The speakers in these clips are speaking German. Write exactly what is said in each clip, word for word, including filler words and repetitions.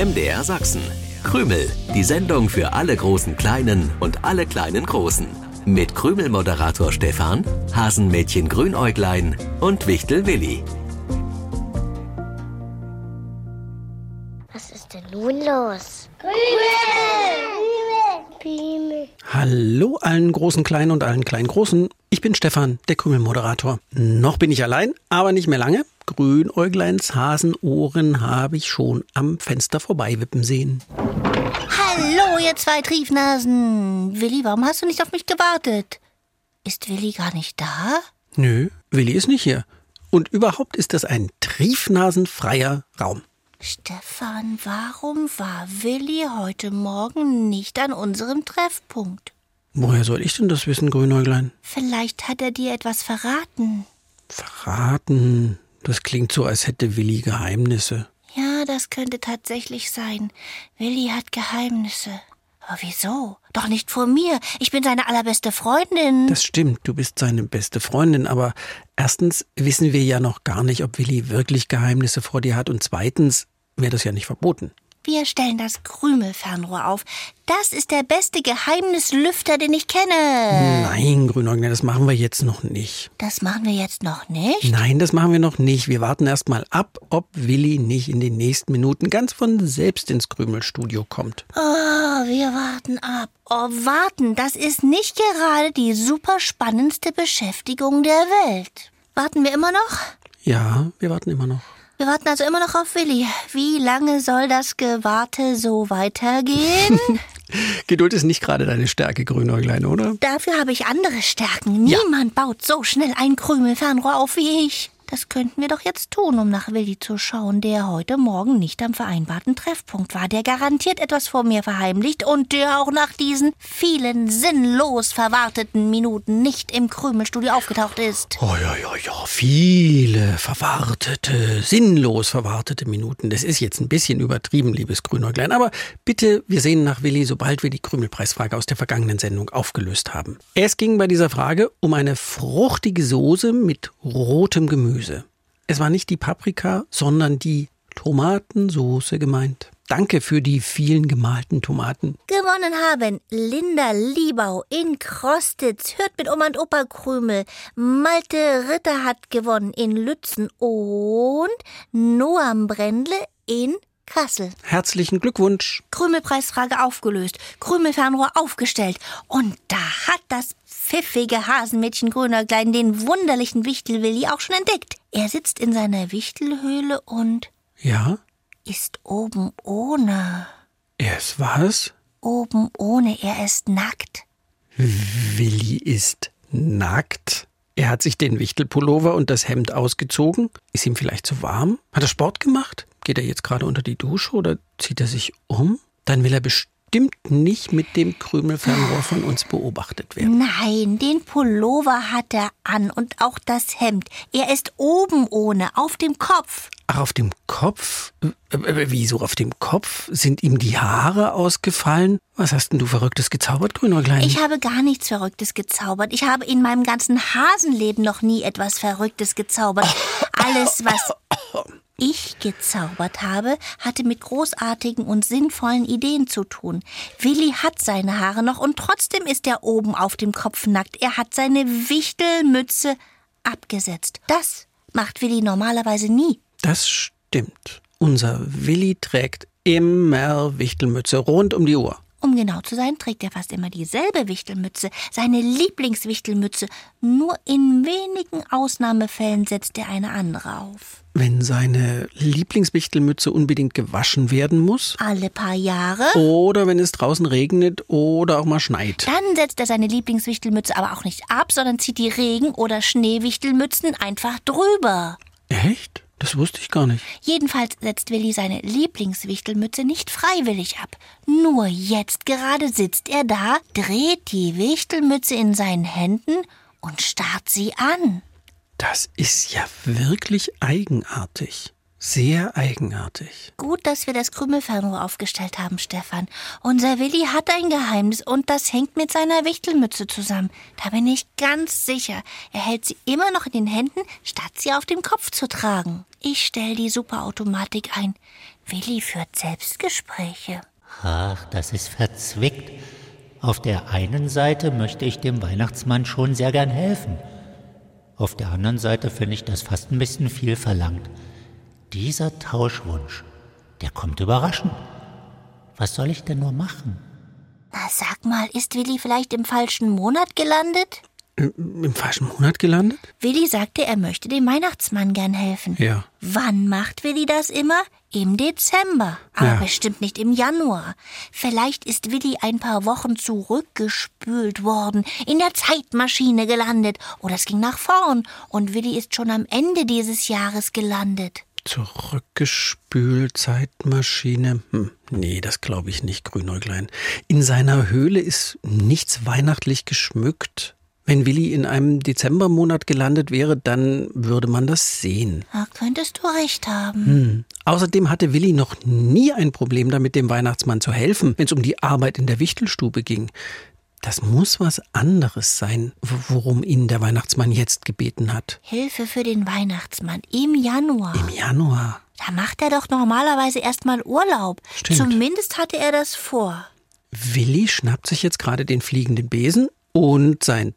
M D R Sachsen. Krümel, die Sendung für alle großen Kleinen und alle kleinen Großen. Mit Krümel-Moderator Stefan, Hasenmädchen Grünäuglein und Wichtel Willi. Was ist denn nun los? Krümel! Krümel! Hallo allen großen Kleinen und allen kleinen Großen. Ich bin Stefan, der Krümel-Moderator. Noch bin ich allein, aber nicht mehr lange. Grünäugleins Hasenohren habe ich schon am Fenster vorbeiwippen sehen. Hallo, ihr zwei Triefnasen. Willi, warum hast du nicht auf mich gewartet? Ist Willi gar nicht da? Nö, Willi ist nicht hier. Und überhaupt ist das ein triefnasenfreier Raum. Stefan, warum war Willi heute Morgen nicht an unserem Treffpunkt? Woher soll ich denn das wissen, Grünäuglein? Vielleicht hat er dir etwas verraten. Verraten? Das klingt so, als hätte Willi Geheimnisse. Ja, das könnte tatsächlich sein. Willi hat Geheimnisse. Aber wieso? Doch nicht vor mir. Ich bin seine allerbeste Freundin. Das stimmt, du bist seine beste Freundin. Aber erstens wissen wir ja noch gar nicht, ob Willi wirklich Geheimnisse vor dir hat. Und zweitens wäre das ja nicht verboten. Wir stellen das Krümelfernrohr auf. Das ist der beste Geheimnislüfter, den ich kenne. Nein, Grünäuglein, das machen wir jetzt noch nicht. Das machen wir jetzt noch nicht? Nein, das machen wir noch nicht. Wir warten erst mal ab, ob Willi nicht in den nächsten Minuten ganz von selbst ins Krümelstudio kommt. Oh, wir warten ab. Oh, warten, das ist nicht gerade die super spannendste Beschäftigung der Welt. Warten wir immer noch? Ja, wir warten immer noch. Wir warten also immer noch auf Willi. Wie lange soll das Gewarte so weitergehen? Geduld ist nicht gerade deine Stärke, Grünäuglein, oder? Dafür habe ich andere Stärken. Ja. Niemand baut so schnell ein Krümelfernrohr auf wie ich. Das könnten wir doch jetzt tun, um nach Willi zu schauen, der heute Morgen nicht am vereinbarten Treffpunkt war, der garantiert etwas vor mir verheimlicht und der auch nach diesen vielen sinnlos verwarteten Minuten nicht im Krümelstudio aufgetaucht ist. Oh ja, ja, ja, viele verwartete, sinnlos verwartete Minuten. Das ist jetzt ein bisschen übertrieben, liebes Grünäuglein, aber bitte, wir sehen nach Willi, sobald wir die Krümelpreisfrage aus der vergangenen Sendung aufgelöst haben. Es ging bei dieser Frage um eine fruchtige Soße mit rotem Gemüse. Es war nicht die Paprika, sondern die Tomatensoße gemeint. Danke für die vielen gemalten Tomaten. Gewonnen haben Linda Liebau in Krostitz, hört mit Oma und Opa Krümel. Malte Ritter hat gewonnen in Lützen und Noam Brendle in Kassel. Herzlichen Glückwunsch. Krümelpreisfrage aufgelöst, Krümelfernrohr aufgestellt. Und da hat das pfiffige Hasenmädchen Grünäuglein den wunderlichen Wichtel-Willi auch schon entdeckt. Er sitzt in seiner Wichtelhöhle und... Ja? Ist oben ohne. Er ist was? Oben ohne, er ist nackt. Willi ist nackt? Er hat sich den Wichtelpullover und das Hemd ausgezogen. Ist ihm vielleicht zu warm? Hat er Sport gemacht? Geht er jetzt gerade unter die Dusche oder zieht er sich um? Dann will er bestimmt nicht mit dem Krümelfernrohr von uns beobachtet werden. Nein, den Pullover hat er an und auch das Hemd. Er ist oben ohne, auf dem Kopf. Ach, auf dem Kopf? Äh, wieso auf dem Kopf? Sind ihm die Haare ausgefallen? Was hast denn du Verrücktes gezaubert, Grünäuglein? Ich habe gar nichts Verrücktes gezaubert. Ich habe in meinem ganzen Hasenleben noch nie etwas Verrücktes gezaubert. Alles, was ich gezaubert habe, hatte mit großartigen und sinnvollen Ideen zu tun. Willi hat seine Haare noch und trotzdem ist er oben auf dem Kopf nackt. Er hat seine Wichtelmütze abgesetzt. Das macht Willi normalerweise nie. Das stimmt. Unser Willi trägt immer Wichtelmütze rund um die Uhr. Um genau zu sein, trägt er fast immer dieselbe Wichtelmütze, seine Lieblingswichtelmütze. Nur in wenigen Ausnahmefällen setzt er eine andere auf. Wenn seine Lieblingswichtelmütze unbedingt gewaschen werden muss? Alle paar Jahre? Oder wenn es draußen regnet oder auch mal schneit? Dann setzt er seine Lieblingswichtelmütze aber auch nicht ab, sondern zieht die Regen- oder Schneewichtelmützen einfach drüber. Echt? Das wusste ich gar nicht. Jedenfalls setzt Willi seine Lieblingswichtelmütze nicht freiwillig ab. Nur jetzt gerade sitzt er da, dreht die Wichtelmütze in seinen Händen und starrt sie an. Das ist ja wirklich eigenartig. Sehr eigenartig. Gut, dass wir das Krümelfernrohr aufgestellt haben, Stefan. Unser Willi hat ein Geheimnis und das hängt mit seiner Wichtelmütze zusammen. Da bin ich ganz sicher. Er hält sie immer noch in den Händen, statt sie auf dem Kopf zu tragen. Ich stell die Superautomatik ein. Willi führt Selbstgespräche. Ach, das ist verzwickt. Auf der einen Seite möchte ich dem Weihnachtsmann schon sehr gern helfen. Auf der anderen Seite finde ich das fast ein bisschen viel verlangt. Dieser Tauschwunsch, der kommt überraschend. Was soll ich denn nur machen? Na, sag mal, ist Willi vielleicht im falschen Monat gelandet? Im, im falschen Monat gelandet? Willi sagte, er möchte dem Weihnachtsmann gern helfen. Ja. Wann macht Willi das immer? Im Dezember. Aber Ja. bestimmt nicht im Januar. Vielleicht ist Willi ein paar Wochen zurückgespült worden, in der Zeitmaschine gelandet. Oder es ging nach vorn und Willi ist schon am Ende dieses Jahres gelandet. Zurückgespült, Zeitmaschine. Hm, nee, das glaube ich nicht, Grünäuglein. In seiner Höhle ist nichts weihnachtlich geschmückt. Wenn Willi in einem Dezembermonat gelandet wäre, dann würde man das sehen. Da könntest du recht haben. Hm. Außerdem hatte Willi noch nie ein Problem damit, dem Weihnachtsmann zu helfen, wenn es um die Arbeit in der Wichtelstube ging. Das muss was anderes sein, worum ihn der Weihnachtsmann jetzt gebeten hat. Hilfe für den Weihnachtsmann im Januar. Im Januar. Da macht er doch normalerweise erstmal Urlaub. Stimmt. Zumindest hatte er das vor. Willi schnappt sich jetzt gerade den fliegenden Besen und sein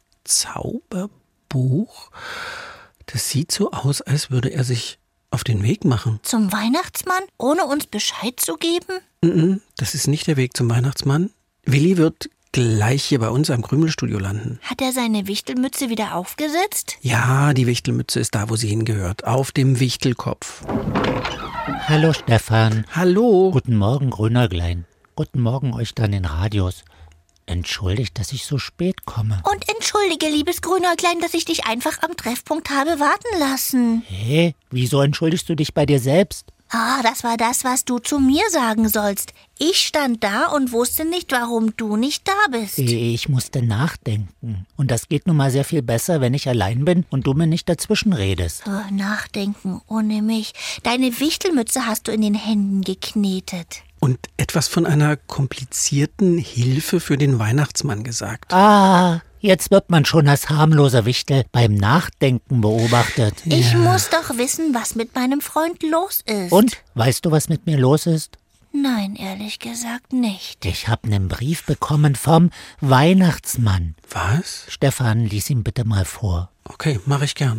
Zauberbuch. Das sieht so aus, als würde er sich auf den Weg machen. Zum Weihnachtsmann, ohne uns Bescheid zu geben? Das ist nicht der Weg zum Weihnachtsmann. Willi wird gleich hier bei uns am Krümelstudio landen. Hat er seine Wichtelmütze wieder aufgesetzt? Ja, die Wichtelmütze ist da, wo sie hingehört. Auf dem Wichtelkopf. Hallo Stefan. Hallo. Guten Morgen, Grünäuglein. Guten Morgen euch da an den Radios. Entschuldigt, dass ich so spät komme. Und entschuldige, liebes Grünäuglein, dass ich dich einfach am Treffpunkt habe warten lassen. Hä? Wieso entschuldigst du dich bei dir selbst? Ah, das war das, was du zu mir sagen sollst. Ich stand da und wusste nicht, warum du nicht da bist. Ich musste nachdenken. Und das geht nun mal sehr viel besser, wenn ich allein bin und du mir nicht dazwischen redest. Oh, nachdenken ohne mich. Deine Wichtelmütze hast du in den Händen geknetet. Und etwas von einer komplizierten Hilfe für den Weihnachtsmann gesagt. Ah, jetzt wird man schon als harmloser Wichtel beim Nachdenken beobachtet. Ich muss doch wissen, was mit meinem Freund los ist. Und, weißt du, was mit mir los ist? Nein, ehrlich gesagt nicht. Ich habe einen Brief bekommen vom Weihnachtsmann. Was? Stefan, lies ihn bitte mal vor. Okay, mache ich gern.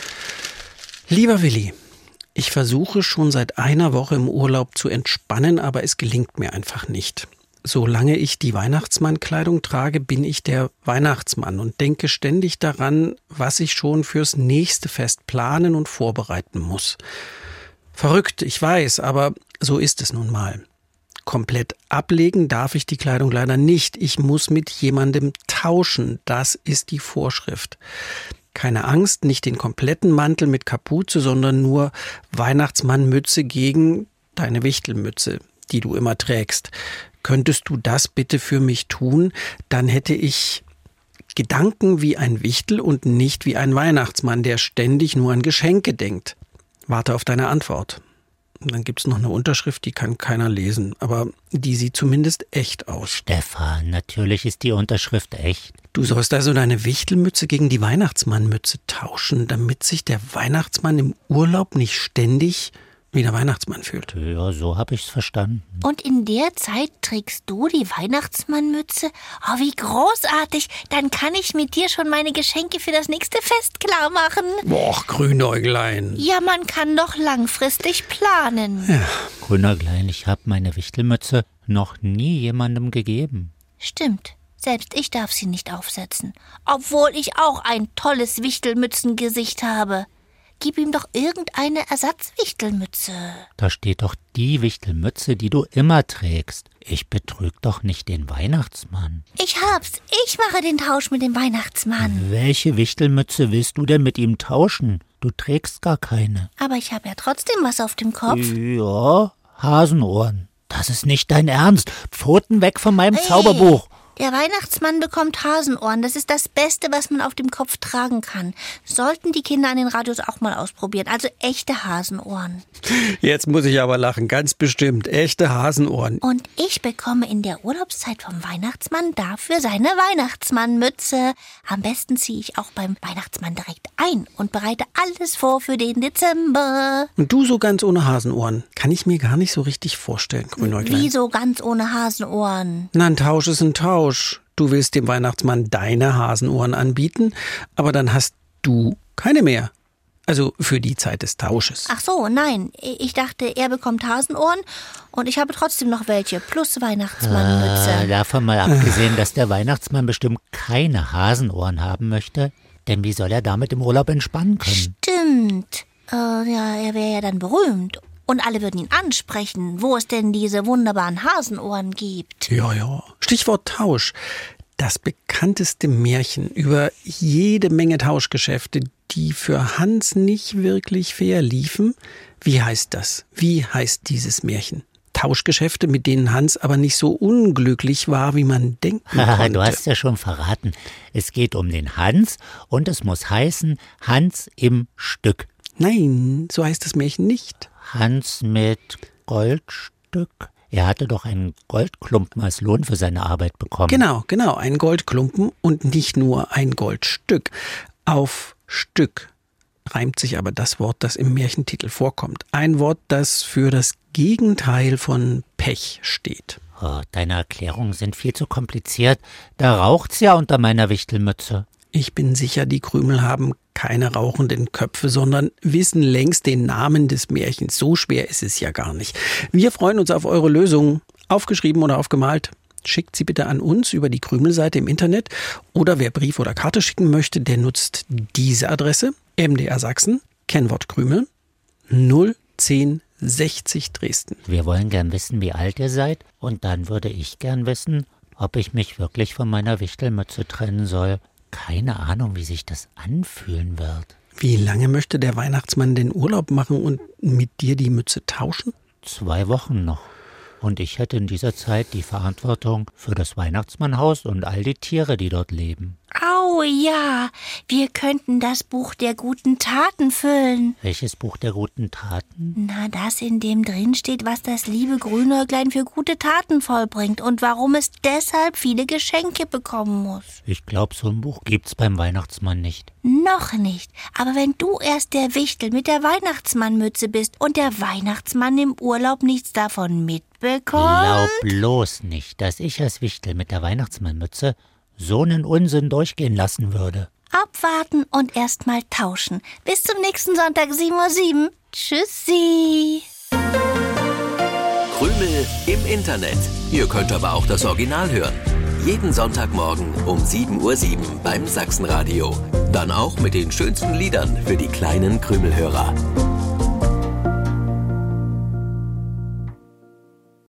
Lieber Willi, ich versuche schon seit einer Woche im Urlaub zu entspannen, aber es gelingt mir einfach nicht. Solange ich die Weihnachtsmannkleidung trage, bin ich der Weihnachtsmann und denke ständig daran, was ich schon fürs nächste Fest planen und vorbereiten muss. Verrückt, ich weiß, aber so ist es nun mal. Komplett ablegen darf ich die Kleidung leider nicht. Ich muss mit jemandem tauschen. Das ist die Vorschrift. Keine Angst, nicht den kompletten Mantel mit Kapuze, sondern nur Weihnachtsmannmütze gegen deine Wichtelmütze, die du immer trägst. Könntest du das bitte für mich tun? Dann hätte ich Gedanken wie ein Wichtel und nicht wie ein Weihnachtsmann, der ständig nur an Geschenke denkt. Warte auf deine Antwort. Und dann gibt's noch eine Unterschrift, die kann keiner lesen, aber die sieht zumindest echt aus. Stefan, natürlich ist die Unterschrift echt. Du sollst also deine Wichtelmütze gegen die Weihnachtsmannmütze tauschen, damit sich der Weihnachtsmann im Urlaub nicht ständig wie der Weihnachtsmann fühlt. Ja, so habe ich's verstanden. Und in der Zeit trägst du die Weihnachtsmannmütze? Oh, wie großartig. Dann kann ich mit dir schon meine Geschenke für das nächste Fest klar machen. Boah, Grünäuglein. Ja, man kann doch langfristig planen. Ja. Grünäuglein, ich habe meine Wichtelmütze noch nie jemandem gegeben. Stimmt. Selbst ich darf sie nicht aufsetzen. Obwohl ich auch ein tolles Wichtelmützengesicht habe. Gib ihm doch irgendeine Ersatzwichtelmütze. Da steht doch die Wichtelmütze, die du immer trägst. Ich betrüg doch nicht den Weihnachtsmann. Ich hab's. Ich mache den Tausch mit dem Weihnachtsmann. Welche Wichtelmütze willst du denn mit ihm tauschen? Du trägst gar keine. Aber ich habe ja trotzdem was auf dem Kopf. Ja, Hasenohren. Das ist nicht dein Ernst. Pfoten weg von meinem Ey. Zauberbuch. Der Weihnachtsmann bekommt Hasenohren. Das ist das Beste, was man auf dem Kopf tragen kann. Sollten die Kinder an den Radios auch mal ausprobieren. Also echte Hasenohren. Jetzt muss ich aber lachen, ganz bestimmt. Echte Hasenohren. Und ich bekomme in der Urlaubszeit vom Weihnachtsmann dafür seine Weihnachtsmannmütze. Am besten ziehe ich auch beim Weihnachtsmann direkt ein und bereite alles vor für den Dezember. Und du so ganz ohne Hasenohren? Kann ich mir gar nicht so richtig vorstellen, Grünäuglein. Wieso ganz ohne Hasenohren? Na, ein Tausch ist ein Tausch. Du willst dem Weihnachtsmann deine Hasenohren anbieten, aber dann hast du keine mehr. Also für die Zeit des Tausches. Ach so, nein. Ich dachte, er bekommt Hasenohren und ich habe trotzdem noch welche, plus Weihnachtsmannmütze. Äh, davon mal abgesehen, dass der Weihnachtsmann bestimmt keine Hasenohren haben möchte. Denn wie soll er damit im Urlaub entspannen können? Stimmt. Äh, ja, er wäre ja dann berühmt. Und alle würden ihn ansprechen, wo es denn diese wunderbaren Hasenohren gibt. Ja, ja. Stichwort Tausch. Das bekannteste Märchen über jede Menge Tauschgeschäfte, die für Hans nicht wirklich fair liefen. Wie heißt das? Wie heißt dieses Märchen? Tauschgeschäfte, mit denen Hans aber nicht so unglücklich war, wie man denken konnte. Du hast ja schon verraten. Es geht um den Hans und es muss heißen Hans im Stück. Nein, so heißt das Märchen nicht. Hans mit Goldstück? Er hatte doch einen Goldklumpen als Lohn für seine Arbeit bekommen. Genau, genau, ein Goldklumpen und nicht nur ein Goldstück. Auf Stück reimt sich aber das Wort, das im Märchentitel vorkommt. Ein Wort, das für das Gegenteil von Pech steht. Oh, deine Erklärungen sind viel zu kompliziert. Da raucht's ja unter meiner Wichtelmütze. Ich bin sicher, die Krümel haben keine rauchenden Köpfe, sondern wissen längst den Namen des Märchens. So schwer ist es ja gar nicht. Wir freuen uns auf eure Lösungen. Aufgeschrieben oder aufgemalt? Schickt sie bitte an uns über die Krümel-Seite im Internet. Oder wer Brief oder Karte schicken möchte, der nutzt diese Adresse. M D R Sachsen, Kennwort Krümel, null zehn sechzig Dresden. Wir wollen gern wissen, wie alt ihr seid. Und dann würde ich gern wissen, ob ich mich wirklich von meiner Wichtelmütze trennen soll. Keine Ahnung, wie sich das anfühlen wird. Wie lange möchte der Weihnachtsmann den Urlaub machen und mit dir die Mütze tauschen? Zwei Wochen noch. Und ich hätte in dieser Zeit die Verantwortung für das Weihnachtsmannhaus und all die Tiere, die dort leben. Au ja, wir könnten das Buch der guten Taten füllen. Welches Buch der guten Taten? Na, das, in dem drin steht, was das liebe Grünäuglein für gute Taten vollbringt und warum es deshalb viele Geschenke bekommen muss. Ich glaube, so ein Buch gibt's beim Weihnachtsmann nicht. Noch nicht. Aber wenn du erst der Wichtel mit der Weihnachtsmannmütze bist und der Weihnachtsmann im Urlaub nichts davon mitbekommt... Glaub bloß nicht, dass ich als Wichtel mit der Weihnachtsmannmütze so einen Unsinn durchgehen lassen würde. Abwarten und erst mal tauschen. Bis zum nächsten Sonntag, sieben Uhr sieben. Tschüssi. Krümel im Internet. Ihr könnt aber auch das Original hören. Jeden Sonntagmorgen um sieben Uhr sieben beim Sachsenradio. Dann auch mit den schönsten Liedern für die kleinen Krümelhörer.